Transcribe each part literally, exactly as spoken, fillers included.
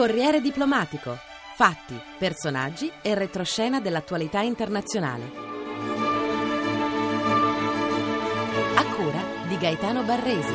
Corriere diplomatico. Fatti, personaggi e retroscena dell'attualità internazionale. A cura di Gaetano Barresi.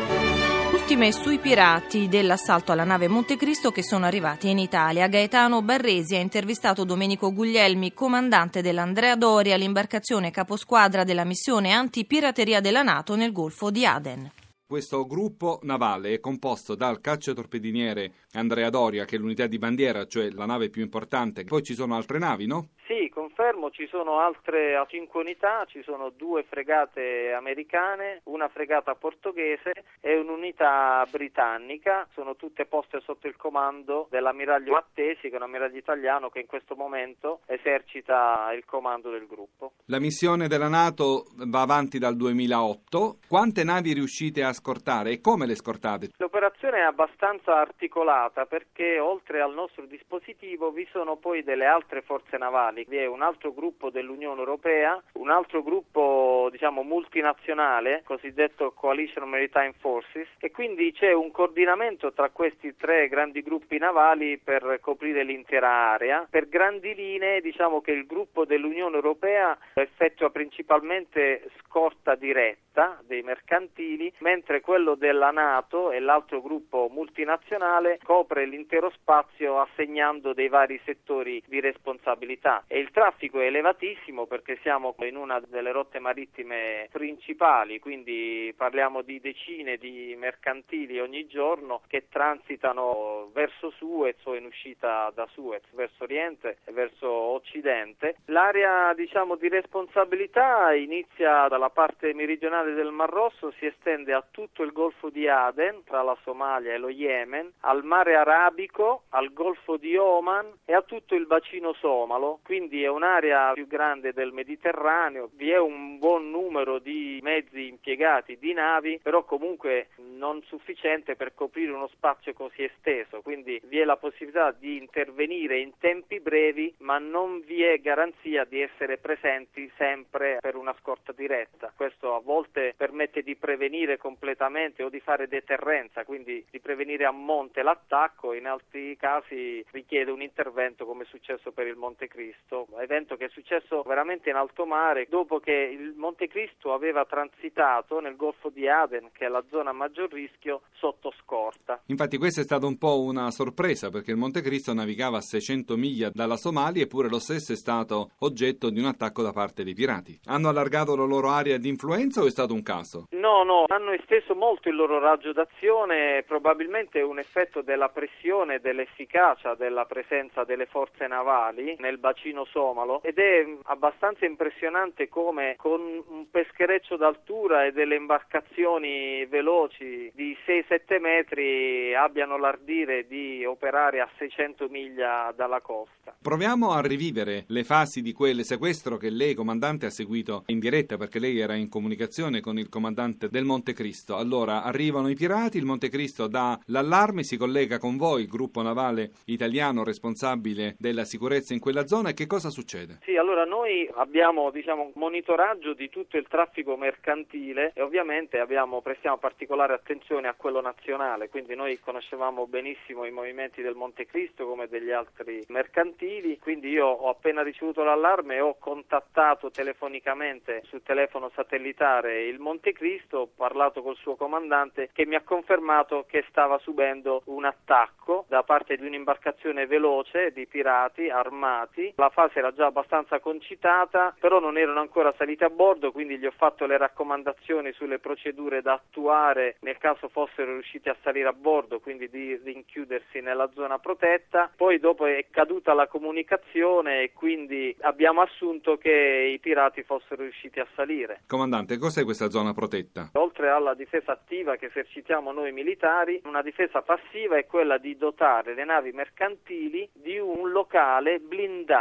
Ultime sui pirati dell'assalto alla nave Montecristo che sono arrivati in Italia. Gaetano Barresi ha intervistato Domenico Guglielmi, comandante dell'Andrea Doria, l'imbarcazione caposquadra della missione antipirateria della NATO nel Golfo di Aden. Questo gruppo navale è composto dal cacciatorpediniere Andrea Doria, che è l'unità di bandiera, cioè la nave più importante. Poi ci sono altre navi, no? Sì, confermo, ci sono altre cinque unità, ci sono due fregate americane, una fregata portoghese e un'unità britannica, sono tutte poste sotto il comando dell'ammiraglio Mattesi, che è un ammiraglio italiano che in questo momento esercita il comando del gruppo. La missione della NATO va avanti dal duemilaotto. Quante navi riuscite a scortare e come le scortate? L'operazione è abbastanza articolata perché oltre al nostro dispositivo vi sono poi delle altre forze navali. Vi è un altro gruppo dell'Unione Europea, un altro gruppo diciamo multinazionale, cosiddetto Coalition Maritime Forces, e quindi c'è un coordinamento tra questi tre grandi gruppi navali per coprire l'intera area. Per grandi linee diciamo che il gruppo dell'Unione Europea effettua principalmente scorta diretta dei mercantili, mentre quello della NATO e l'altro gruppo multinazionale copre l'intero spazio assegnando dei vari settori di responsabilità. E il traffico è elevatissimo perché siamo in una delle rotte marittime principali, quindi parliamo di decine di mercantili ogni giorno che transitano verso Suez o in uscita da Suez, verso Oriente e verso Occidente. L'area diciamo di responsabilità inizia dalla parte meridionale del Mar Rosso, si estende a tutto il Golfo di Aden, tra la Somalia e lo Yemen, al Mare Arabico, al Golfo di Oman e a tutto il bacino somalo. Quindi è un'area più grande del Mediterraneo, vi è un buon numero di mezzi impiegati, di navi, però comunque non sufficiente per coprire uno spazio così esteso, quindi vi è la possibilità di intervenire in tempi brevi, ma non vi è garanzia di essere presenti sempre per una scorta diretta. Questo a volte permette di prevenire completamente o di fare deterrenza, quindi di prevenire a monte l'attacco, in altri casi richiede un intervento come è successo per il Montecristo, evento che è successo veramente in alto mare dopo che il Montecristo aveva transitato nel Golfo di Aden, che è la zona a maggior rischio, sotto scorta. Infatti questa è stata un po' una sorpresa perché il Montecristo navigava a seicento miglia dalla Somalia, eppure lo stesso è stato oggetto di un attacco da parte dei pirati. Hanno allargato la loro area di influenza o è stato un caso? No, no, hanno esteso molto il loro raggio d'azione, probabilmente un effetto della pressione e dell'efficacia della presenza delle forze navali nel bacino somalo, ed è abbastanza impressionante come con un peschereccio d'altura e delle imbarcazioni veloci di sei sette metri abbiano l'ardire di operare a seicento miglia dalla costa. Proviamo a rivivere le fasi di quel sequestro che lei, comandante, ha seguito in diretta perché lei era in comunicazione con il comandante del Montecristo. Allora arrivano i pirati, il Montecristo dà l'allarme, si collega con voi, il gruppo navale italiano responsabile della sicurezza in quella zona, e che cosa succede? Sì, allora noi abbiamo diciamo un monitoraggio di tutto il traffico mercantile e ovviamente abbiamo prestiamo particolare attenzione a quello nazionale, quindi noi conoscevamo benissimo i movimenti del Montecristo come degli altri mercantili, quindi io ho appena ricevuto l'allarme e ho contattato telefonicamente sul telefono satellitare il Montecristo, ho parlato col suo comandante che mi ha confermato che stava subendo un attacco da parte di un'imbarcazione veloce di pirati armati. La fase era già abbastanza concitata, però non erano ancora saliti a bordo, quindi gli ho fatto le raccomandazioni sulle procedure da attuare nel caso fossero riusciti a salire a bordo, quindi di rinchiudersi nella zona protetta. Poi dopo è caduta la comunicazione e quindi abbiamo assunto che i pirati fossero riusciti a salire. Comandante, cos'è questa zona protetta? Oltre alla difesa attiva che esercitiamo noi militari, una difesa passiva è quella di dotare le navi mercantili di un locale blindato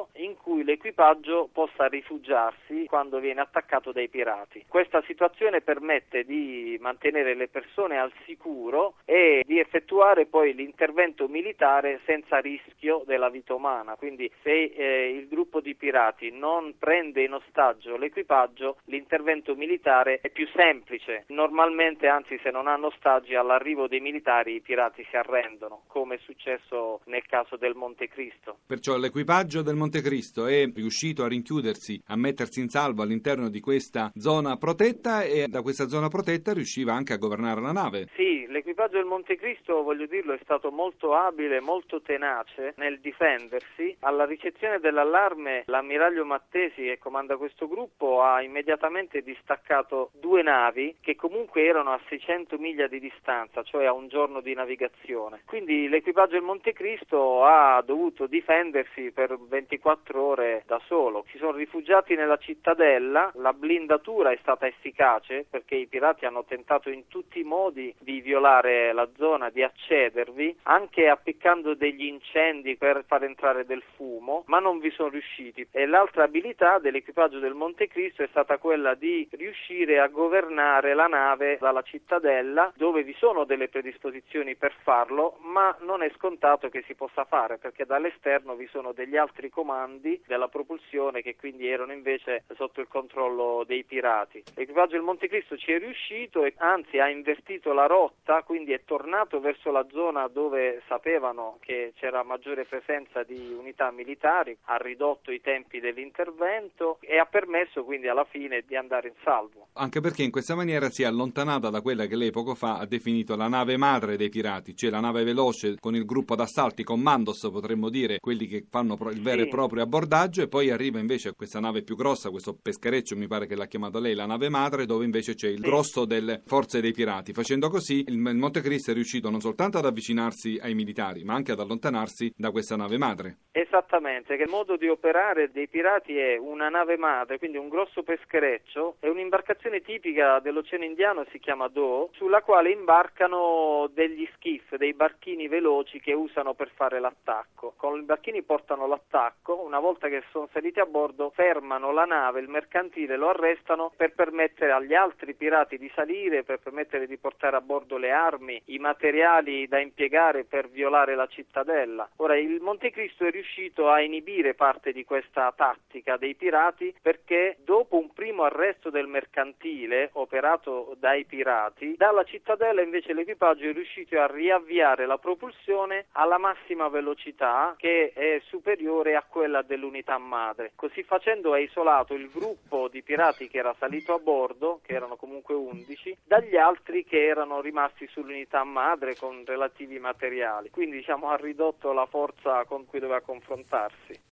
punto in cui l'equipaggio possa rifugiarsi quando viene attaccato dai pirati. Questa situazione permette di mantenere le persone al sicuro e di effettuare poi l'intervento militare senza rischio della vita umana. Quindi se eh, il gruppo di pirati non prende in ostaggio l'equipaggio, l'intervento militare è più semplice. Normalmente, anzi, se non hanno ostaggi, all'arrivo dei militari i pirati si arrendono, come è successo nel caso del Monte Cristo. Perciò l'equipaggio del Monte Cristo è riuscito a rinchiudersi, a mettersi in salvo all'interno di questa zona protetta, e da questa zona protetta riusciva anche a governare la nave. Sì, l'equipaggio del Monte Cristo, voglio dirlo, è stato molto abile, molto tenace nel difendersi. Alla ricezione dell'allarme, l'ammiraglio Mattesi, che comanda questo gruppo, ha immediatamente distaccato due navi che comunque erano a seicento miglia di distanza, cioè a un giorno di navigazione. Quindi l'equipaggio del Monte Cristo ha dovuto difendersi per ventiquattro ore da solo. Si sono rifugiati nella cittadella, la blindatura è stata efficace perché i pirati hanno tentato in tutti i modi di violare la zona, di accedervi, anche appiccando degli incendi per far entrare del fumo, ma non vi sono riusciti. E l'altra abilità dell'equipaggio del Monte Cristo è stata quella di riuscire a governare la nave dalla cittadella, dove vi sono delle predisposizioni per farlo, ma non è scontato che si possa fare, perché dall'esterno vi sono degli altri comandi della propulsione che quindi erano invece sotto il controllo dei pirati. L'equipaggio del Monte Cristo ci è riuscito e anzi ha invertito la rotta, quindi è tornato verso la zona dove sapevano che c'era maggiore presenza di unità militari, ha ridotto i tempi dell'intervento e ha permesso quindi alla fine di andare in salvo. Anche perché in questa maniera si è allontanata da quella che lei poco fa ha definito la nave madre dei pirati, cioè la nave veloce con il gruppo d'assalto, i commandos potremmo dire, quelli che fanno il vero sì. e proprio abbordaggio, e poi arriva invece questa nave più grossa, questo peschereccio mi pare che l'ha chiamato lei, la nave madre, dove invece c'è il sì. grosso delle forze dei pirati. Facendo così il, il Monte Cristo è riuscito non soltanto ad avvicinarsi ai militari, ma anche ad allontanarsi da questa nave madre. Esattamente, che il modo di operare dei pirati è una nave madre, quindi un grosso peschereccio, è un'imbarcazione tipica dell'Oceano Indiano, si chiama dhow, sulla quale imbarcano degli skiff, dei barchini veloci che usano per fare l'attacco. Con i barchini portano l'attacco, una volta che sono saliti a bordo fermano la nave, il mercantile lo arrestano per permettere agli altri pirati di salire, per permettere di portare a bordo le armi, i materiali da impiegare per violare la cittadella. Ora, il Monte Cristo è riuscito a inibire parte di questa tattica dei pirati perché dopo un primo arresto del mercantile operato dai pirati, dalla cittadella invece l'equipaggio è riuscito a riavviare la propulsione alla massima velocità, che è superiore a quella dell'unità madre. Così facendo ha isolato il gruppo di pirati che era salito a bordo, che erano comunque undici, dagli altri che erano rimasti sull'unità madre con relativi materiali. Quindi diciamo ha ridotto la forza con cui doveva confrontarsi.